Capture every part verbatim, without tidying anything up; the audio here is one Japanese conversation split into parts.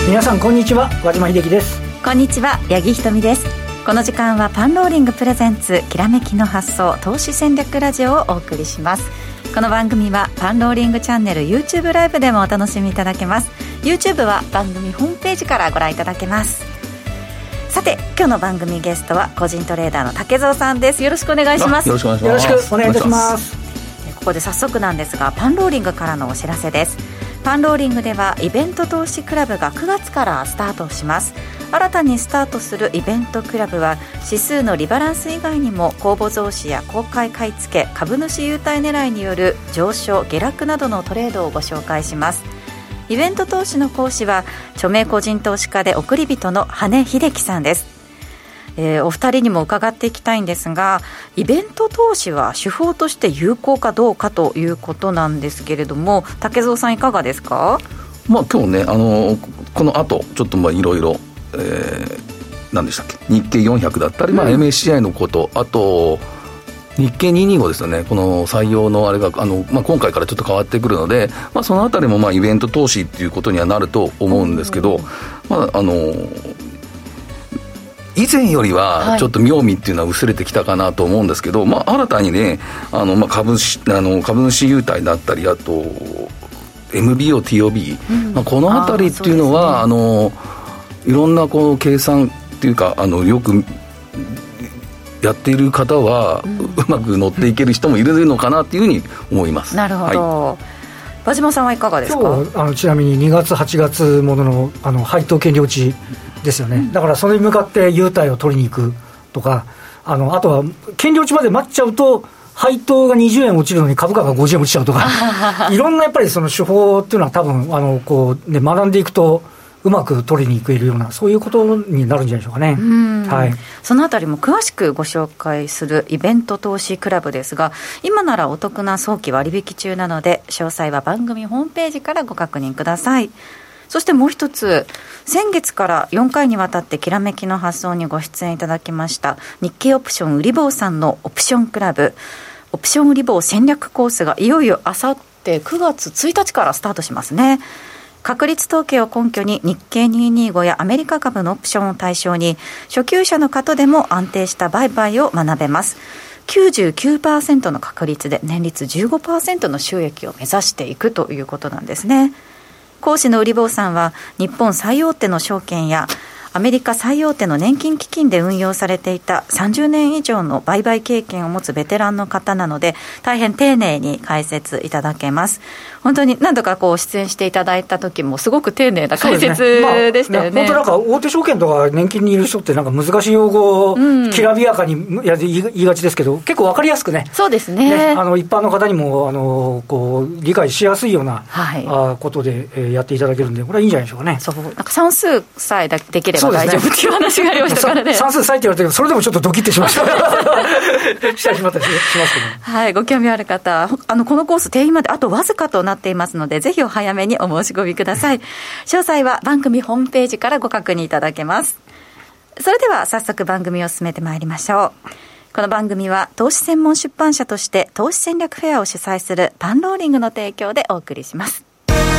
皆さんこんにちは、和島秀樹です。 こんにちは、八木ひとみです。この時間はパンローリングプレゼンツきらめきの発想投資戦略ラジオをお送りします。この番組はパンローリングチャンネル YouTube ライブでもお楽しみいただけます。 YouTube は番組ホームページからご覧いただけます。さて、今日の番組ゲストは個人トレーダーの竹蔵さんです。よろしくお願いします。 よろしくお願いします。 よろしくお願いいたします。 ここで早速なんですが、パンローリングからのお知らせです。パンローリングではイベント投資クラブがくがつからスタートします。新たにスタートするイベントクラブは指数のリバランス以外にも公募増資や公開買い付け、株主優待狙いによる上昇下落などのトレードをご紹介します。イベント投資の講師は著名個人投資家で送り人の羽根秀樹さんです。えー、お二人にも伺っていきたいんですが、イベント投資は手法として有効かどうかということなんですけれども、竹蔵さんいかがですか？ まあ、今日ね、あのこの後ちょっとまあいろいろ、えー、何でしたっけ、日経よんひゃくだったり、うん、まあ、エムエスシーアイ のこと、あと日経にひゃくにじゅうごですよね、この採用のあれがあの、まあ、今回からちょっと変わってくるので、まあ、そのあたりもまあイベント投資っていうことにはなると思うんですけど、うん、まああの以前よりはちょっと妙味っていうのは薄れてきたかなと思うんですけど、はい、まあ、新たにね、あの、まあ、株主、あの、株主優待だったり、あと エムビーオー、ティーオービー、うん、まあ、このあたりっていうのは、あ、あのいろんなこう計算っていうか、あのよくやっている方は、うん、うまく乗っていける人もいるのかなっていうふうに思います。 なるほど、はい、和島さんはいかがですか？ 今日あのちなみににがつはちがつものの、あの配当権利落ちですよね、うん、だからそれに向かって優待を取りに行くとか、 あのあとは権利落ちまで待っちゃうと配当がにじゅうえん落ちるのに株価がごじゅうえん落ちちゃうとかいろんなやっぱりその手法っていうのは多分あのこう、ね、学んでいくとうまく取りに行けるような、そういうことになるんじゃないでしょうかね。うん、はい、 そのあたりも詳しくご紹介するイベント投資クラブですが、今ならお得な早期割引中なので、詳細は番組ホームページからご確認ください。そしてもう一つ、先月からよんかいにわたってきらめきの発想にご出演いただきました日経オプション売り坊さんのオプションクラブ、オプション売り坊戦略コースがいよいよあさってくがつついたちからスタートしますね。確率統計を根拠に日経にひゃくにじゅうごやアメリカ株のオプションを対象に初級者の方でも安定した売買を学べます。きゅうじゅうきゅうパーセント の確率で年率 じゅうごパーセント の収益を目指していくということなんですね。講師の売り坊さんは日本最大手の証券やアメリカ最大手の年金基金で運用されていたさんじゅうねん以上の売買経験を持つベテランの方なので、大変丁寧に解説いただけます。本当に何度かこう出演していただいた時もすごく丁寧な解説でしたよね。 まあ、本当なんか大手証券とか年金にいる人ってなんか難しい用語をきらびやかにや言いがちですけど、結構分かりやすくね、 そうですね、 ね、あの一般の方にもあのこう理解しやすいような、はい、あことで、えー、やっていただけるんで、これはいいんじゃないでしょうかね。 そう、なんか算数さえできれば大丈夫っていう話がありましたからね。 算数さえって言われたけど、それでもちょっとドキッてしましたしたりしまったりしますけど、ね、 はい、ご興味ある方、あのこのコース定員まであとわずかとなっていますので、ぜひお早めにお申し込みください。詳細は番組ホームページからご確認いただけます。それでは早速番組を進めてまいりましょう。この番組は投資専門出版社として投資戦略フェアを主催するパンローリングの提供でお送りします。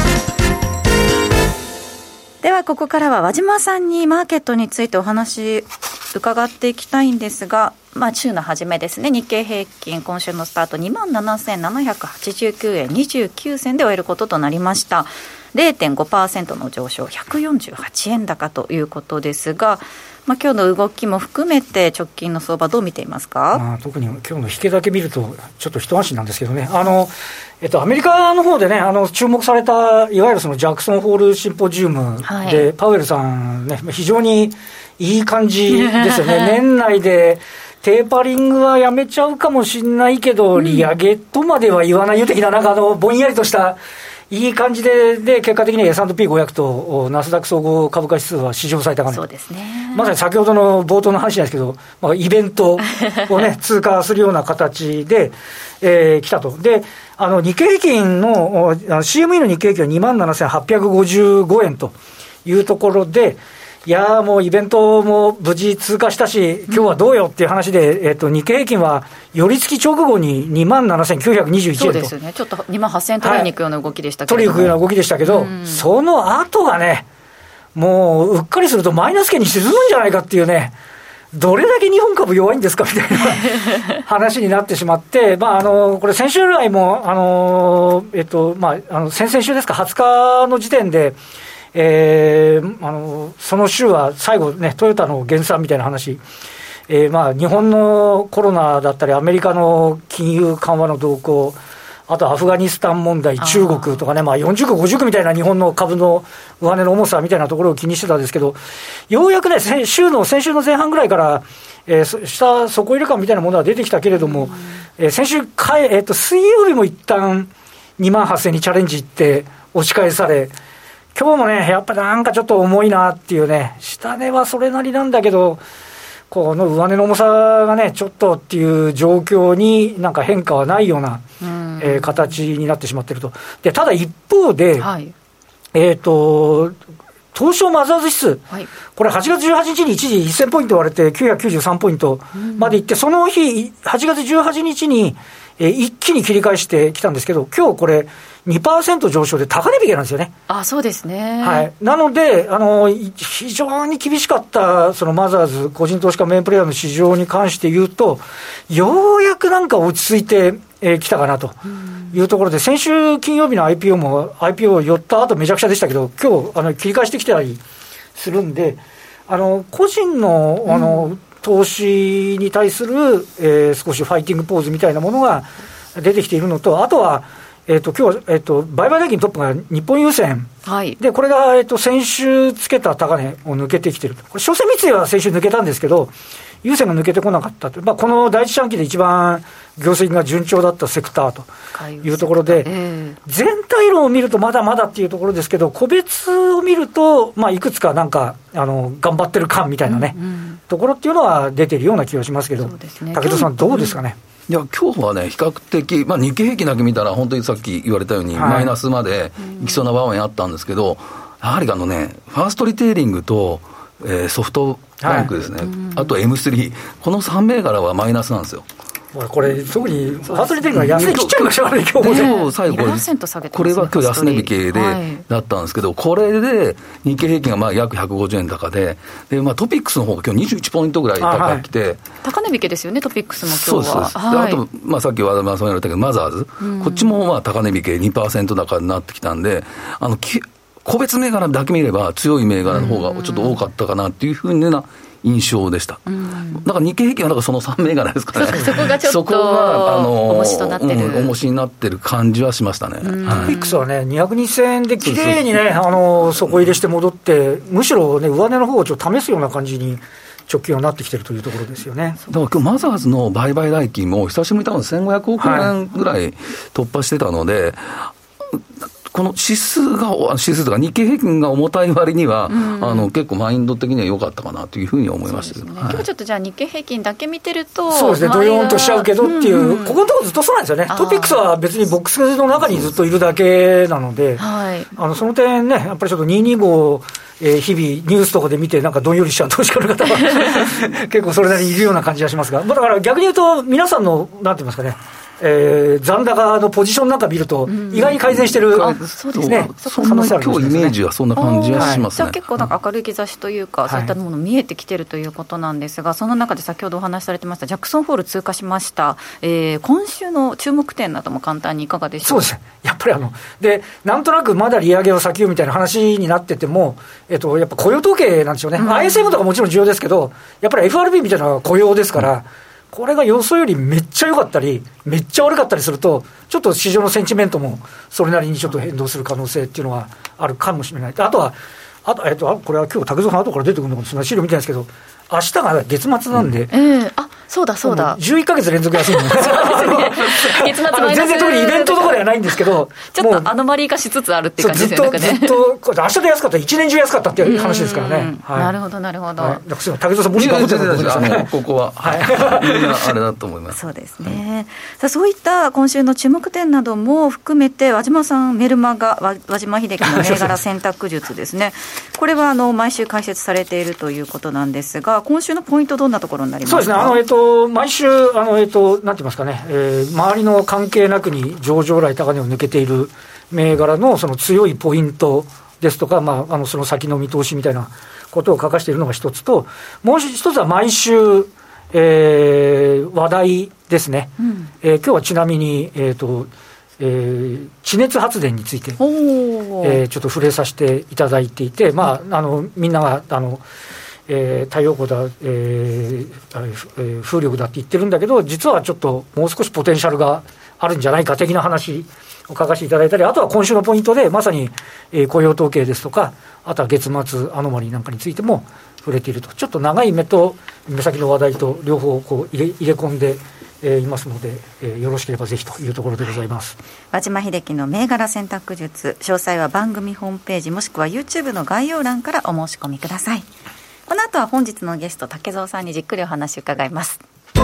ではここからは和島さんにマーケットについてお話伺っていきたいんですが、まあ、週の初めですね、日経平均今週のスタート にまんななせんななひゃくはちじゅうきゅうえんにじゅうきゅうせんで終えることとなりました。 れいてんごパーセント の上昇、ひゃくよんじゅうはちえん高ということですが、まあ、今日の動きも含めて直近の相場どう見ていますか？ まあ、特に今日の引けだけ見るとちょっと一安心なんですけどね、あの、えっと、アメリカの方でね、あの注目されたいわゆるそのジャクソンホールシンポジウムで、はい、パウエルさんね、非常にいい感じですよね年内でテーパリングはやめちゃうかもしれないけど、利上げとまでは言わないよ的な、なんかあのぼんやりとしたいい感じで、で結果的に エスアンドピーごひゃく とナスダック総合株価指数は史上最高値。 そうですね、 まさに先ほどの冒頭の話なんですけど、まあ、イベントを、ね、通過するような形で、えー、来たと。で、あの日経平均の シーエムイー の日経平均は にまんななせんはっぴゃくごじゅうごえんというところで、いやもうイベントも無事通過したし、今日はどうよっていう話で、うん、えっと、日経平均は寄り付き直後に にまんななせんきゅうひゃくにじゅういちえんと、 そうですよね、ちょっとにまんはっせんえん取りに行くような動きでしたけど、 はい、取りに行くような動きでしたけど、うん、その後がね、 もううっかりするとマイナス圏に沈むんじゃないかっていうね、どれだけ日本株弱いんですかみたいな話になってしまって、まあ、あのこれ先週来もあの、えっとまあ、あの先々週ですか、はつかの時点で、えー、あのその週は最後ね、トヨタの減産みたいな話、えーまあ、日本のコロナだったりアメリカの金融緩和の動向、あとアフガニスタン問題、中国とかね、まあ、よんじゅうく、ごじゅうくみたいな日本の株の上値の重さみたいなところを気にしてたんですけど、ようやくね、先週の先週の前半ぐらいから、えー、下底入れ感みたいなものは出てきたけれども、えー、先週かえ、えー、と水曜日も一旦にまんはっせんにチャレンジいって押し返され、今日もね、やっぱりなんかちょっと重いなっていうね、下値はそれなりなんだけど、この上値の重さがね、ちょっとっていう状況になんか変化はないような、うんえー、形になってしまっていると。で、ただ一方で、はい、えっと、東証マザーズ指数、はい、これはちがつじゅうはちにちに一時せんポイント割れてきゅうひゃくきゅうじゅうさんポイントまでいって、うん、その日、はちがつじゅうはちにちに、えー、一気に切り返してきたんですけど、今日これ にパーセント 上昇で高値引けなんですよね。 あ、そうですね。 はい。なので、あの、非常に厳しかった、そのマザーズ、個人投資家メインプレイヤーの市場に関して言うと、ようやくなんか落ち着いてき、えー、たかなというところで、先週金曜日の アイピーオー も アイピーオー 寄った後めちゃくちゃでしたけど、今日、あの、切り返してきたりするんで、あの、個人の、あの、うん、投資に対する、えー、少しファイティングポーズみたいなものが出てきているのと、あとは、えー、と今日は、えー、と売買代金トップが日本郵船、はい、でこれが、えー、と先週つけた高値を抜けてきていると。これ商船三井は先週抜けたんですけど、郵船が抜けてこなかったと、まあ、この第一四半期で一番業績が順調だったセクターというところで、えー、全体論を見るとまだまだっていうところですけど、個別を見ると、まあ、いくつかなんかあの頑張ってる感みたいなね、うんうん、ところっていうのは出てるような気がしますけど、そうですね、武田さんどうですかね。 いや今日はね、比較的、まあ、日経平均だけ見たら、本当にさっき言われたように、はい、マイナスまでいきそうな場面あったんですけど、やはりあのね、ファーストリテイリングと、えー、ソフトバンクですね、はい、あと エムスリー、このさん銘柄はマイナスなんですよ。 これ、特にファーストリテイリングが安値切っちゃいましたからね、今日もね。 今日最後これ、これは今日安値引けで、はい、だったんですけど、これで日経平均がまあ約ひゃくごじゅうえん高で、でまあ、トピックスの方が今日にじゅういちポイントぐらい高くて、はい、 高値引けですよね、トピックスも今日は。そうです、はい、あと、まあ、 さっき和田さん言われたけど、マザーズ、うん、こっちもまあ高値引け にパーセント 高になってきたんで、あのき個別銘柄だけ見れば強い銘柄の方がちょっと多かったかなっていうふうな印象でした。うん、だから日経平均はだからそのさん銘柄ですかね。 そこがちょっとそこがあの重しとなってる、 うん、重しになってる感じはしましたね。 トピックスはね、にひゃくにじゅうえんできれいにね、あの底入れして戻って、むしろね、上値の方をちょっと試すような感じに直近はなってきてるというところですよね。 だから今日マザーズの売買代金も久しぶりに多分せんごひゃくおくえんぐらい突破してたので、はい、この指数が、指数とか日経平均が重たい割には、うん、あの結構マインド的には良かったかなというふうに思いましたけど、ね、 はい、今日ちょっとじゃあ日経平均だけ見てると、 そうですね、ドヨーンとしちゃうけどっていう、うんうん、ここのところずっとそうなんですよね。トピックスは別にボックスの中にずっといるだけなので、はい、あのその点ね、やっぱりちょっとにひゃくにじゅうご、えー、日々ニュースとかで見てなんかどんよりしちゃう投資家の方は結構それなりにいるような感じがしますが、だから逆に言うと皆さんのなんて言いますかね、えー、残高のポジションなんか見ると意外に改善してる、うん、あ、 そうですね、 そんな今日イメージはそんな感じはしますね。 じゃあ結構なんか明るい兆しというか、はい、そういったもの見えてきてるということなんですが、その中で先ほどお話しされてましたジャクソンホール通過しました、えー、今週の注目点なども簡単にいかがでしょうか。 そうですね、やっぱりあのでなんとなくまだ利上げを先をみたいな話になってても、えっと、やっぱ雇用統計なんですよね、うん、アイエスエム とかもちろん重要ですけど、やっぱり エフアールビー みたいなのは雇用ですから、うん、これが予想よりめっちゃ良かったりめっちゃ悪かったりすると、ちょっと市場のセンチメントもそれなりにちょっと変動する可能性っていうのはあるかもしれない。あとはあと、えっと、これは今日竹蔵さん後から出てくるのかもしれない、資料見てないですけど、明日が月末なんで、 うんえー、あそうだそうだ、 じゅういっかげつ連続休み、ね、 月末マイナス全然特にイベントとかではないんですけど、 ちょっとアノマリー化しつつあるっていう感じですよね。 ずっとずっと明日で安かったら一年中安かったっていう話ですからね。 はい、なるほどなるほど、はい、 竹蔵さんもし頑張ってたらどうですか。 ここは、はい、みんなあれだと思います。 そうですね、うん、さあそういった今週の注目点なども含めて、和島さんメルマガ和島秀樹の銘柄選択術ですねこれはあの毎週解説されているということなんですが、今週のポイントどんなところになりますか。 そうですね、あの、えっと、毎週あの、えっと、なんて言いますかね、えー、周りの関係なくに上場来高値を抜けている銘柄のその強いポイントですとか、まあ、あのその先の見通しみたいなことを書かせているのが一つと、もう一つは毎週、えー、話題ですね、うんえー、今日はちなみに、えーとえー、地熱発電について、えー、ちょっと触れさせていただいていて、まあ、あのみんながあの、えー、太陽光だ、えーえー、風力だって言ってるんだけど、実はちょっともう少しポテンシャルがあるんじゃないか的な話を書かせていただいたり、あとは今週のポイントでまさに、えー、雇用統計ですとか、あとは月末アノマリーなんかについても触れていると、ちょっと長い目と目先の話題と両方こう入れ、入れ込んで、えー、いますので、えー、よろしければぜひというところでございます。 和島秀樹の銘柄選択術、詳細は番組ホームページもしくは YouTube の概要欄からお申し込みください。この後は本日のゲスト竹蔵さんにじっくりお話を伺います。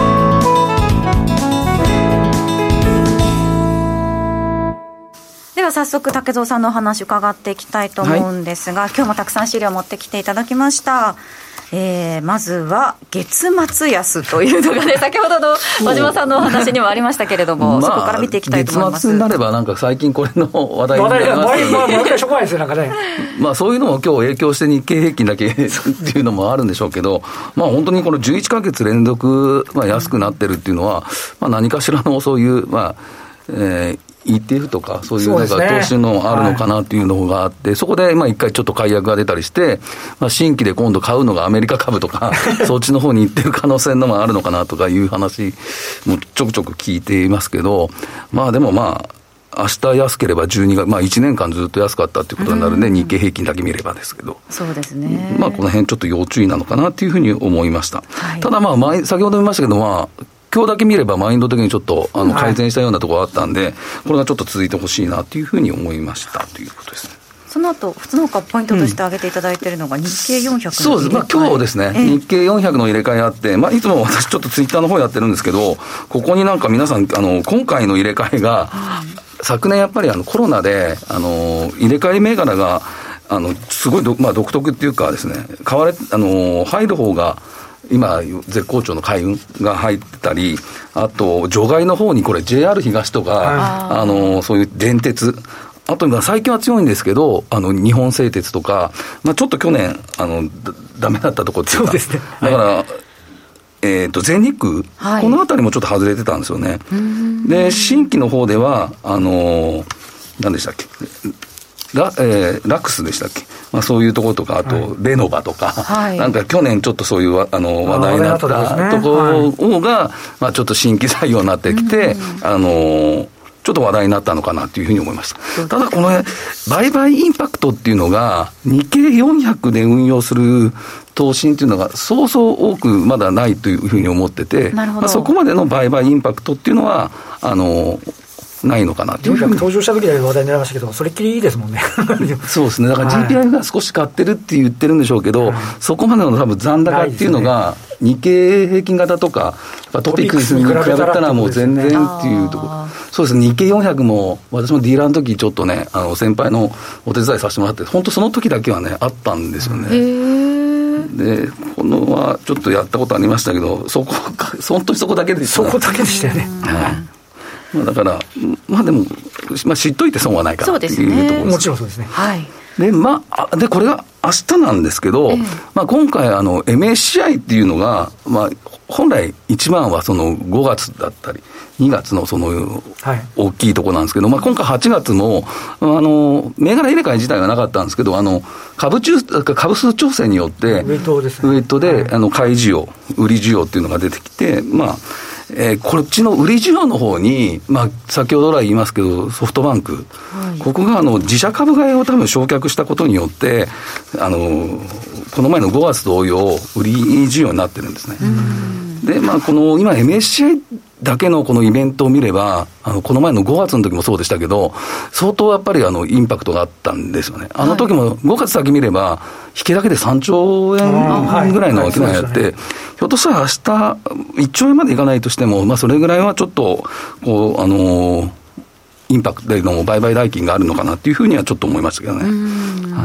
では早速竹蔵さんのお話伺っていきたいと思うんですが、はい、今日もたくさん資料を持ってきていただきました。えー、まずは月末安というのがね、先ほどの和島さんのお話にもありましたけれども、まあ、そこから見ていきたいと思います。 月末になればなんか最近これの話題になります話題が毎回しょこないですよ、なんかね。 まあそういうのも今日影響して日経平均だけっていうのもあるんでしょうけど、まあ本当にこのじゅういっかげつ連続、まあ、安くなってるっていうのは、まあ、何かしらのそういう、まあえーイーティーエフ とかそういうなんか投資のあるのかなっていうのがあって、 そ, ねはい、そこでまあ一回ちょっと解約が出たりして、まあ、新規で今度買うのがアメリカ株とかそっちの方に行ってる可能性のもあるのかなとかいう話もちょくちょく聞いていますけど、まあでもまあ明日安ければじゅうにがつ、まあいちねんかんずっと安かったっていうことになるんで、日経平均だけ見ればですけど、 そうですね、 まあこの辺ちょっと要注意なのかなっていうふうに思いました、はい、ただまあ前先ほど言いましたけど、まあ今日だけ見ればマインド的にちょっとあの改善したようなところがあったんで、はい、これがちょっと続いてほしいなというふうに思いましたということですね。 その後普通のポイントとして挙げていただいているのが日経よんひゃくの入れ替え、 そうです、まあ、今日ですね、えー、日経よんひゃくの入れ替えあって、まあ、いつも私ちょっとツイッターの方やってるんですけど、ここになんか皆さんあの今回の入れ替えが、うん、昨年やっぱりあのコロナであの入れ替え銘柄があのすごいど、まあ、独特っていうかですね、買われあの入る方が今絶好調の海運が入ってたり、あと除外の方にこれ ジェイアール 東とか、あのそういう電鉄、あと今最近は強いんですけど、あの日本製鉄とか、まあ、ちょっと去年あのダメだったところっていうか、そうですね、だから、はい、えー、と全日空、はい、このあたりもちょっと外れてたんですよね。で新規の方ではあの何でしたっけ、ラ, えー、ラクスでしたっけ、まあ、そういうところとか、あと、はい、レノバとか、はい、なんか去年ちょっとそういうあの話題になったところが、はいまあ、ちょっと新規採用になってきて、うん、あのちょっと話題になったのかなというふうに思いました。ただこの、ね、売買インパクトっていうのが日経よんひゃくで運用する投信っていうのがそうそう多くまだないというふうに思ってて、まあ、そこまでの売買インパクトっていうのはあのないのかなというふうに。 登場した時で話題になりましたけど、それっきりいいですもんねそうですね、だから ジーピーアイ が少し買ってるって言ってるんでしょうけど、はい、そこまでの多分残高っていうのが、日経平均型とかトピックスに比べたらもう全然っていうところ、そうですね、日経よんひゃくも私もディーラーの時ちょっとね、あの先輩のお手伝いさせてもらって、本当その時だけはねあったんですよね。でこのはちょっとやったことありましたけど、そこ本当にそこだけでした、 ね、そこだけでしたよね、 はいまあ、だから、まあでも、まあ、知っといて損はないかなっていうところです。 もちろんそうですね。 はい。 で、まあ、で、これが明日なんですけど、えーまあ、今回、あの、エムエスシーアイ っていうのが、まあ、本来一番はそのごがつだったり、にがつのその、大きいところなんですけど、はいまあ、今回はちがつも、あの、銘柄入れ替え自体はなかったんですけど、あの、株中、株数調整によって、ウェイトですね。 ウェイトで、はい、あの、買い需要、売り需要っていうのが出てきて、まあ、えー、こっちの売り需要の方に、まあ、先ほど来言いますけど、ソフトバンク、はい、ここがあの自社株買いを多分償却したことによって、あのこの前のごがつ同様、売り需要になってるんですね。で、まあ、この今、エムエスシーアイ だけのこのイベントを見れば、あのこの前のごがつの時もそうでしたけど、相当やっぱりあのインパクトがあったんですよね。あの時もごがつ先見れば、引きだけでさんちょうえんぐらいの商いやって、ひょっとしたら明日いっちょうえんまでいかないとしても、まあ、それぐらいはちょっとこう、あのー、インパクトでの売買代金があるのかなっていうふうにはちょっと思いましたけどね。はい、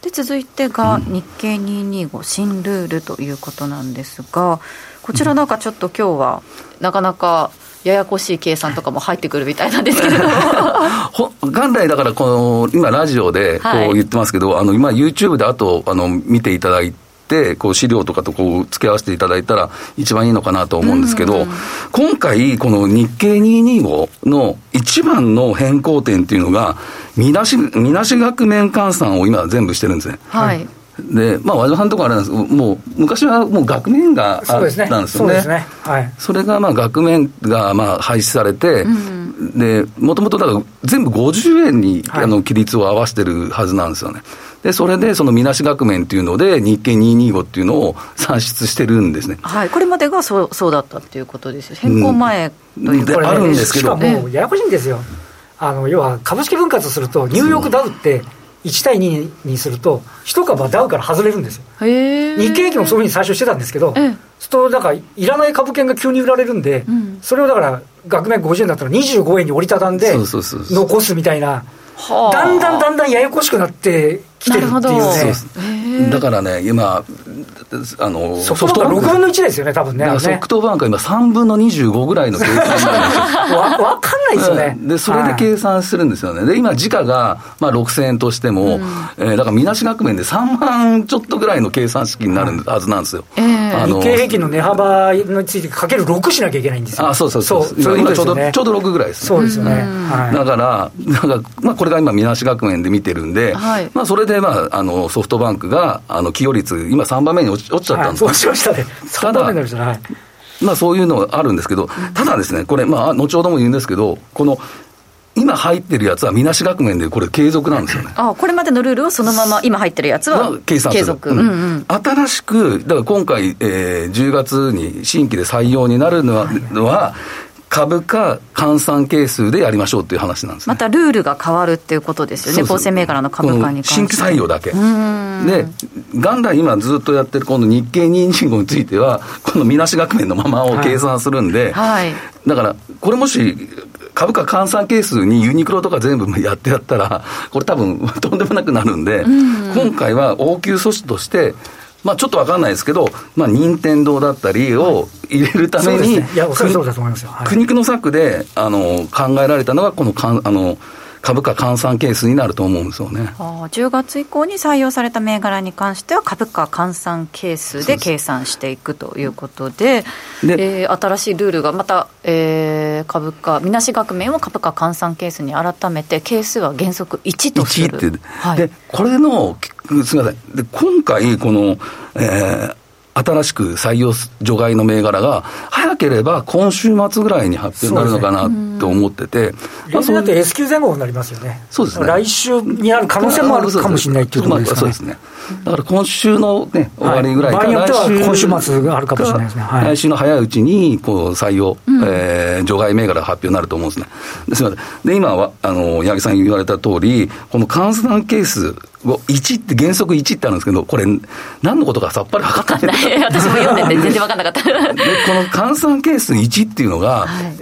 で続いてが日経にひゃくにじゅうご新ルールということなんですが、こちらなんかちょっと今日はなかなかややこしい計算とかも入ってくるみたいなんですけれど元来だからこの今ラジオでこう言ってますけど、はい、あの今 YouTube であとあの見ていただいてこう資料とかとこう付け合わせていただいたら一番いいのかなと思うんですけど、うんうん、今回この日経にひゃくにじゅうごの一番の変更点っていうのが見出し見出し額面換算を今全部してるんですね。 はい。 でまあ、和田さんのところあれなんですけど、もう昔はもう額面があったんですよね。 そうですね。はい。 それがまあ額面がまあ廃止されて、うん、でもともとだから全部ごじゅうえんに、はい、あの規律を合わせてるはずなんですよね。でそれでその見なし額面っていうので日経にひゃくにじゅうごっていうのを算出してるんですね。 はい。これまでがそうそうだったっていうことですよ。変更前というか、うん、であるんですけど、 しかもややこしいんですよ。あの要は株式分割するとニューヨークダウっていち対ににするといち株はダウから外れるんですよ。へ日経平均もそういうふうに最初してたんですけど、ええ、そうだからいらない株券が急に売られるんで、うん、それをだから額面ごじゅうえんだったらにじゅうごえんに折りたたんで残すみたいな、だんだんだんだんややこしくなってきてるっていうね。 だからね今あのソフトバンクろくぶんのいちですよね多分ね。 ソフトバンクは今さんぶんのにじゅうごぐらいの計算になるんですよわ分かんないですよね。 でそれで計算するんですよね。で今時価がまあろくせんえんとしても、うんえー、だから見なし額面でさんまんちょっとぐらいの計算式になるはずなんですよ、えー、あの日経平均の値幅についてかけるろくしなきゃいけないんですよ。 あそうそうそうそうそう今ちょうど、ね、ちょうどろくぐらいですね。 そうですよね、 はい、だからだから、まあ、これが今見なし額面で見てるんで、はいまあ、それで、まあ、あのソフトバンクがあの寄与率今さんばんめに落ち、落ちちゃったんです、 はい、落ちましたね。さんばんめになりましたね。はい、 まあ、そういうのあるんですけど、ただですねこれ、まあ、後ほども言うんですけどこの今入ってるやつは見なし額面でこれ継続なんですよね。 あこれまでのルールをそのまま今入ってるやつは計算する継続、 うんうん、新しくだから今回、えー、じゅうがつに新規で採用になるのは、のは株価換算係数でやりましょうっていう話なんですね。 またルールが変わるっていうことですよね。構成銘柄の株価に関して新規採用だけで元来今ずっとやってるこの日経にひゃくにじゅうごについてはこの見なし額面のままを計算するんで、はいはい、だからこれもし株価換算係数にユニクロとか全部やってやったらこれ多分とんでもなくなるんで、うん今回は応急措置としてまあ、ちょっと分かんないですけど、まあ、任天堂だったりを入れるために、苦肉の策であの考えられたのがこのかんあの株価換算係数になると思うんですよね。 あじゅうがつ以降に採用された銘柄に関しては株価換算係数で計算していくということで、で、えー、新しいルールがまた、えー、株価見なし額面を株価換算係数に改めて係数は原則いちとする。いちって、 はい、でこれのすみませんで今回この、えー新しく採用除外の銘柄が早ければ今週末ぐらいに発表になるのかなと思ってて、 まあ、それだって S q 前後になりますよね。 そうですね。 来週にある可能性もあるかもしれないっていうところですかね。 そうですね。だから今週の、ね、終わりぐらいから、 はい、場合によっては今週末があるかもしれないですね。はい、 来週の早いうちにこう採用、うんえー、除外銘柄発表になると思うんですね。ですので、で今はあの八木さん言われた通りこの換算係数いちって原則いちってあるんですけどこれ何のことかさっぱり分かんない。 私も読んでて全然分かんなかったでこの換算係数いちっていうのが、はい、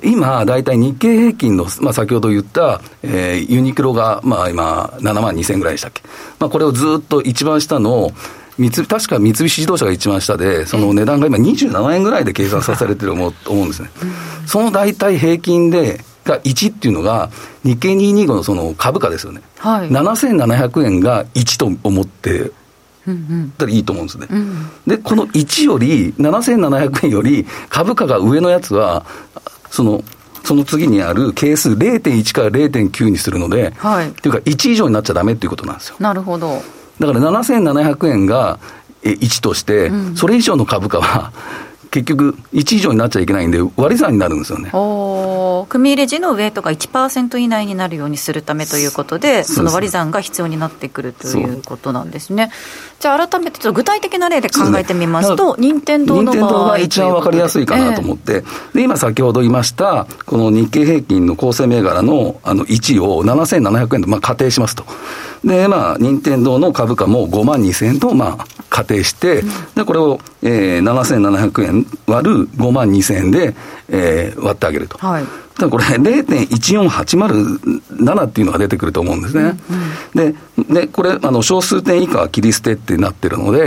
今だいたい日経平均の、まあ、先ほど言った、えー、ユニクロが、まあ、今ななまんにせんぐらいでしたっけ、まあ、これをずっと一番下の三確か三菱自動車が一番下でその値段が今にじゅうななえんぐらいで計算させられてると思うんですね。その大体平均でがいちっていうのが日経にひゃくにじゅうごのその株価ですよね、はい、ななせんななひゃくえんがいちと思ってたらいいと思うんですね、うんうん、でこのいちよりななせんななひゃくえんより株価が上のやつはそのその次にある係数 れいてんいち から れいてんきゅう にするので、はい、っていうかいち以上になっちゃダメっていうことなんですよ。 なるほど。 だからななせんななひゃくえんがいちとして、うん、それ以上の株価は結局いち以上になっちゃいけないんで割り算になるんですよね。 お組入れ時のウェイトが いちパーセント 以内になるようにするためということで そ, その割り算が必要になってくるということなんですね。じゃあ改めてちょっと具体的な例で考えてみますと、ね、任天堂の場合任天堂が一番分かりやすいかなと思って、えー、で今先ほど言いましたこの日経平均の構成銘柄 の, あのいちをななせんななひゃくえんとまあ仮定しますと。でまあ任天堂の株価もごまんにせんえんとまあ仮定して、うん、でこれを、えー、ななせんななひゃくえん割るごまんにせんえんで、えー、割ってあげると、はい、だこれ れいてんいちよんはちまるなな っていうのが出てくると思うんですね、うんうん、で, でこれあの小数点以下は切り捨てってなってるので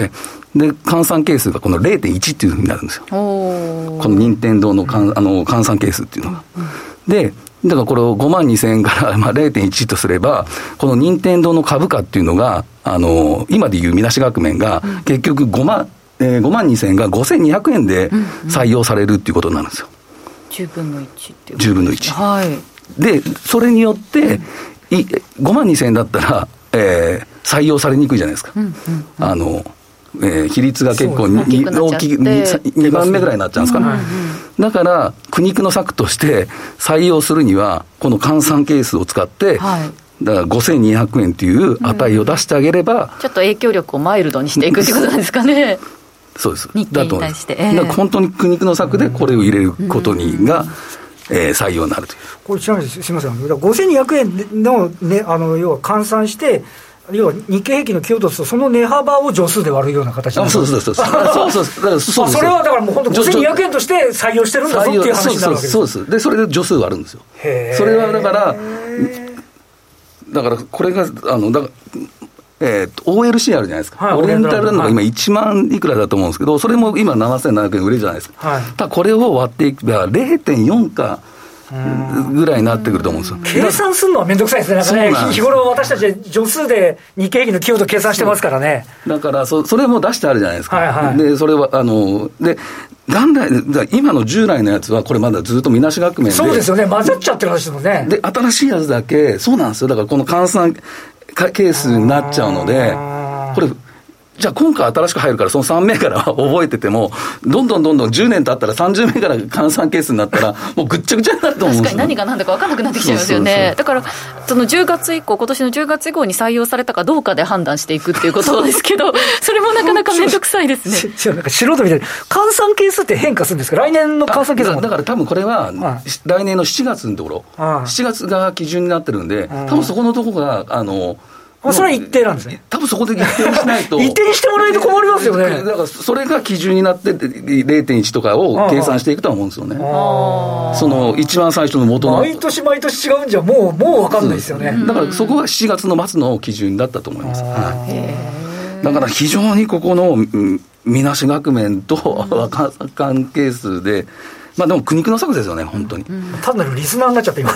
で換算係数がこの れいてんいち っていうふうになるんですよ。この任天堂のかんあの換算係数っていうのが、うんうん、でだからこれをごまんにせんえんからまあ れいてんいち とすれば、この任天堂の株価っていうのがあの今でいうみなし額面が結局ごまん、えー、ごまんにせんえんがごせんにひゃくえんで採用されるっていうことになるんですよ。 じゅうぶんのいちっていうことですね。 じゅうぶんのいち、 はい、 でそれによって、うん、いごまんにせんえんだったら、えー、採用されにくいじゃないですか、うんうんうん、あのえー、比率が結構に大きい 2, にばんめぐらいになっちゃうんですかね、うんうんうん、だから苦肉の策として採用するにはこの換算係数を使って、はい、だからごせんにひゃくえんという値を出してあげれば、 うん、ちょっと影響力をマイルドにしていくということなんですかね。 そうです。 日経に対して、えー、 だから本当に苦肉の策でこれを入れることにが、うんうんえー、採用になるという。 これちなみにすみません、ごせんにひゃくえんの、ね、あの要は換算して要は日経平均の寄与度とその値幅を助数で割るような形なんです。 そうそうそうそうそうそうそう。それはだからもう本当ごせんにひゃくえんとして採用してるんだぞっていう話になるわけです。 そうそうそうです。でそれで助数割るんですよ。それはだからだからこれがあのだからえー、オーエルシー あるじゃないですか、はい、オリエンタルランドが今いちまんいくらだと思うんですけど、それも今ななせんななひゃくえん売れるじゃないですか、はい、ただこれを割っていけば れいてんよん かぐらいになってくると思うんですよ。 計算するのはめんどくさいですね。なんかね、日頃私たち助数で日経平均の寄与度計算してますからね。 だからそそれも出してあるじゃないですか、 はいはい、 でそれはあので元来今の従来のやつはこれまだずっとみなし額面で、 そうですよね、混ざっちゃってる話ですもんね。 で新しいやつだけそうなんですよ。だからこの換算係数になっちゃうので、これじゃあ今回新しく入るからそのさんめいから覚えててもどんどんどんどんじゅうねん経ったらさんじゅうめいから換算係数になったらもうぐっちゃぐちゃになると思うんですよ。 確かに何が何だか分からなくなってきちゃいますよね。そうそうそう。だからそのじゅうがつ以降、今年のじゅうがつ以降に採用されたかどうかで判断していくっていうことですけどそれもなかなか面倒くさいですね。 なんか素人みたいに換算係数って変化するんですか。来年の換算係数もだ, だから多分これは来年のしちがつのところ、しちがつが基準になってるんで、多分そこのところがあのそれは一定なんですね。 多分そこで一定にしないと一定にしてもらえると困りますよね。 だからそれが基準になって れいてんいち とかを計算していくとは思うんですよね。あその一番最初の元の毎年毎年違うんじゃもうもう分かんないですよね。 だからそこがしちがつの末の基準だったと思います、はい、だから非常にここのみなし額面と換算係数でまあでも苦肉の策ですよね本当に、うん、 単なるリスナーになっちゃって今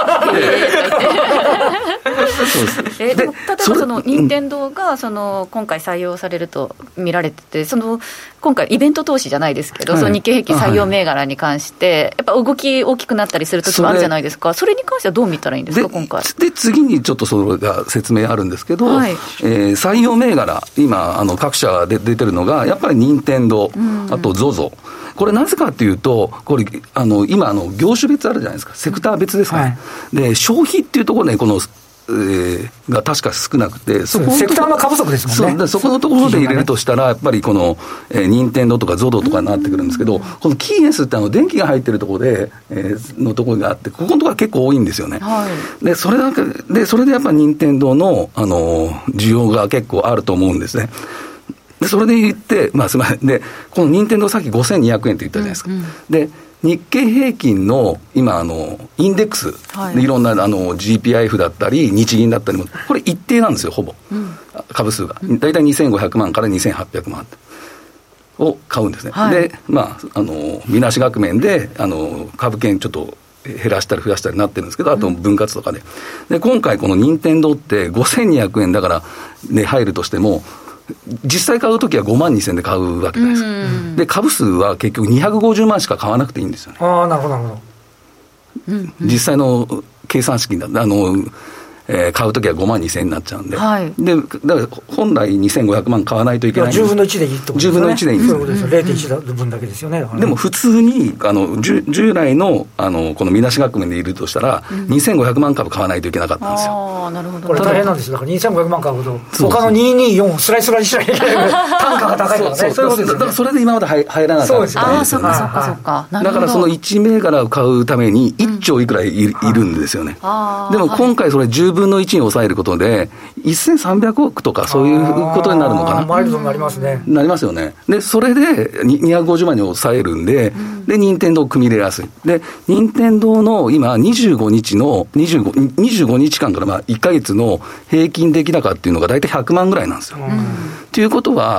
そうです。えー、でも例えばその任天堂がその今回採用されると見られてて、その今回イベント投資じゃないですけど、はい、その日経平均採用銘柄に関してやっぱ動き大きくなったりする時もあるじゃないですか。それに関してはどう見たらいいんですか今回。 で次にちょっとそれが説明あるんですけど、はい、えー、採用銘柄今あの各社で出てるのがやっぱり任天堂、うん、あと ゾゾ、これなぜかっていうとこれあの今あの業種別あるじゃないですか、セクター別ですか、ね、はい、で消費っていうところでこのえー、が確か少なくて、 そこセクターの過不足ですもんね。 そ, そこのところで入れるとしたらやっぱりこの、えー、任天堂とか ゾゾ とかになってくるんですけど、このキーエスってあの電気が入ってるところで、えー、のところがあって、ここのところが結構多いんですよね、はい、でそれだけでそれでやっぱり任天堂の、あの需要が結構あると思うんですね。でそれで言って、まあ、すみません、でこの任天堂さっきごせんにひゃくえんって言ったじゃないですか、うんうん、で日経平均の今あのインデックス、はい、いろんなあの ジーピーアイエフ だったり日銀だったりもこれ一定なんですよほぼ、うん、株数がだいたいにせんごひゃくまんからにせんはっぴゃくまんを買うんですね、はい、でまああのみなし額面であの株券ちょっと減らしたり増やしたりなってるんですけど、あと分割とかで、うん、で今回この任天堂ってごせんにひゃくえんだからで入るとしても実際買うときはごまんにせんで買うわけじゃないですか、うん、で株数は結局にひゃくごじゅうまんしか買わなくていいんですよね。 ああ、なるほどなるほど、 うん、 実際の計算式だあのえー、買うときはごまんにせんになっちゃうんで、はい、でだから本来にせんごひゃくまん買わないといけないんです。 じゅうぶんのいちでいいってことですよね。じゅうぶんのいちでいいんです、 そういうことですよ、れいてんいちぶんだけですよね。 でも普通にあの従来 の, あのこのみなし額面でいるとしたら、うん、にせんごひゃくまん株買わないといけなかったんですよ。 あ、なるほど。 これ大変なんですよ。だからにせんごひゃくまん株ほど他のにひゃくにじゅうよんをスライスライにしないといけない単価が高いからね。そうそうそうそう、 だからそれで今まで入らなかったんですよ。 そうですよね。あ、そっかそっかそっか。 だからそのいち銘柄を買うためにいっちょういくら い,、うん、いるんですよね。あ、でも今回それじゅうぶんのいちに抑えることでせんさんびゃくおくとかそういうことになるのかな。 マイルドになりますね。 なりますよね。でそれでにひゃくごじゅうまんに抑えるんで、うん、で任天堂を組み入れやすい。で任天堂の今にじゅうごにちの25、にじゅうごにちかんからまあいっかげつの平均出来高っていうのが大体ひゃくまんぐらいなんですよ、うん、ということは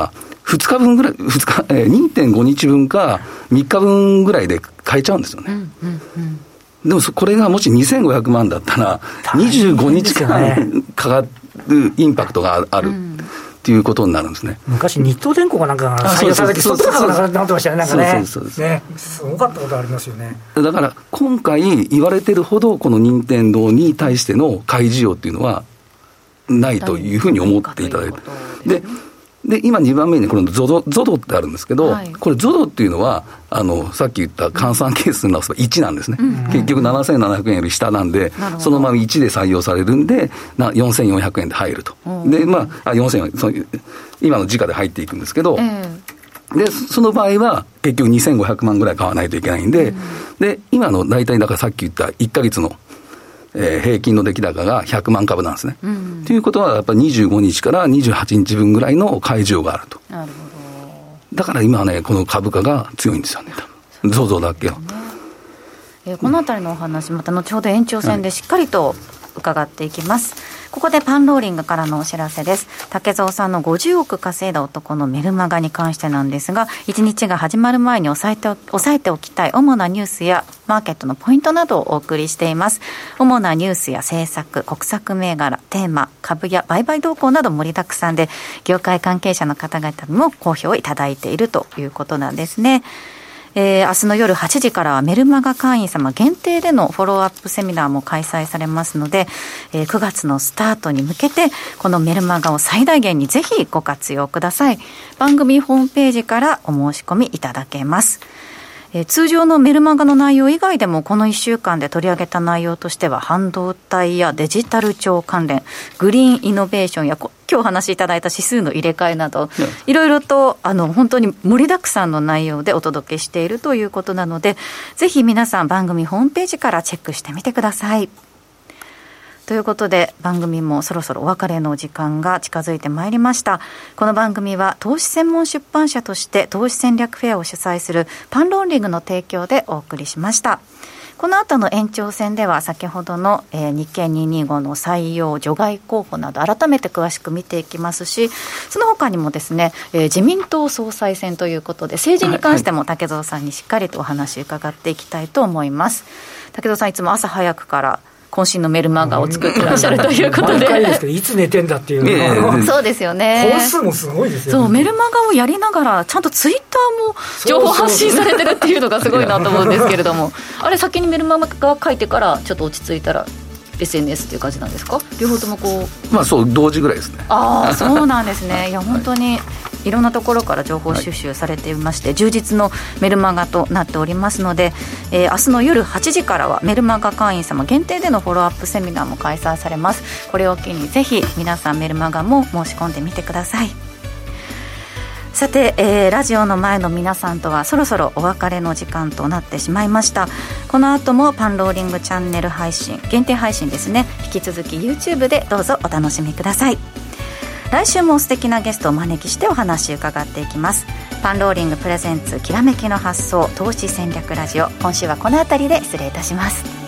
ふつかぶんぐらい、ふつか、えー、にてんごにちぶんかみっかぶんぐらいで買えちゃうんですよね。うんうんうん、でもこれがもしにせんごひゃくまんだったらにじゅうごにちかんかかるインパクトがあるっていうことになるんですね。 昔日東電工がなんか採用された時そっちの方がなってましたよね。なんかね、そうですね、すごかったことありますよね。 だから今回言われてるほどこの任天堂に対しての買い需要っていうのはないというふうに思っていただいて、でで今にばんめにこの ゾド, ゾドってあるんですけど、はい、これ ゾド っていうのはあのさっき言った換算係数の直せばいちなんですね、うん、結局ななせんななひゃくえんより下なんで、そのままいちで採用されるんでよんせんよんひゃくえんで入ると、でまああよんせんその今の時価で入っていくんですけど、えー、でその場合は結局にせんごひゃくまんぐらい買わないといけないんで、うん、で今の大体だからさっき言ったいっかげつのえー、平均の出来高がひゃくまんかぶなんですね。と、うん、いうことはやっぱりにじゅうごにちからにじゅうはちにちぶんぐらいの買い需要があると。なるほど。だから今はねこの株価が強いんですよね。ゾゾだけは、ねえー、このあたりのお話また後ほど延長戦でしっかりと伺っていきます、はい。ここでパンローリングからのお知らせです。竹蔵さんのごじゅうおく稼いだ男のメルマガに関してなんですが、いちにちが始まる前に押さえて、押さえておきたい主なニュースやマーケットのポイントなどをお送りしています。主なニュースや政策、国策銘柄、テーマ、株や売買動向など盛りだくさんで、業界関係者の方々にも好評いただいているということなんですね。えー、明日の夜はちじからはメルマガ会員様限定でのフォローアップセミナーも開催されますので、えー、くがつのスタートに向けてこのメルマガを最大限にぜひご活用ください。番組ホームページからお申し込みいただけます。えー、通常のメルマガの内容以外でもこのいっしゅうかんで取り上げた内容としては半導体やデジタル庁関連、グリーンイノベーションや今日お話しいただいた指数の入れ替えなど、いろいろとあの本当に盛りだくさんの内容でお届けしているということなので、ぜひ皆さん番組ホームページからチェックしてみてください。ということで番組もそろそろお別れの時間が近づいてまいりました。この番組は投資専門出版社として投資戦略フェアを主催するパンローリングの提供でお送りしました。この後の延長戦では先ほどの、えー、日経にひゃくにじゅうごの採用除外候補など改めて詳しく見ていきますし、その他にもですね、えー、自民党総裁選ということで政治に関しても竹蔵さんにしっかりとお話伺っていきたいと思います。竹蔵さんいつも朝早くから渾身のメルマガを作ってらっしゃるということで、 毎回ですけどいつ寝てんだっていうのが、 ね、そうですよね。 本数もすごいですよね。 そうメルマガをやりながらちゃんとツイッターも情報発信されてるっていうのがすごいなと思うんですけれどもあれ先にメルマガ書いてからちょっと落ち着いたら エスエヌエス っていう感じなんですか？両方ともこう、 まあそう同時ぐらいですね。 ああそうなんですね。いや本当にいろんなところから情報収集されていまして、はい、充実のメルマガとなっておりますので、えー、明日の夜はちじからはメルマガ会員様限定でのフォローアップセミナーも開催されます。これを機にぜひ皆さんメルマガも申し込んでみてください。さて、えー、ラジオの前の皆さんとはそろそろお別れの時間となってしまいました。この後もパンローリングチャンネル配信限定配信ですね、引き続き YouTube でどうぞお楽しみください。来週も素敵なゲストをお招きしてお話伺っていきます。パンローリングプレゼンツきらめきの発想投資戦略ラジオ、今週はこの辺りで失礼いたします。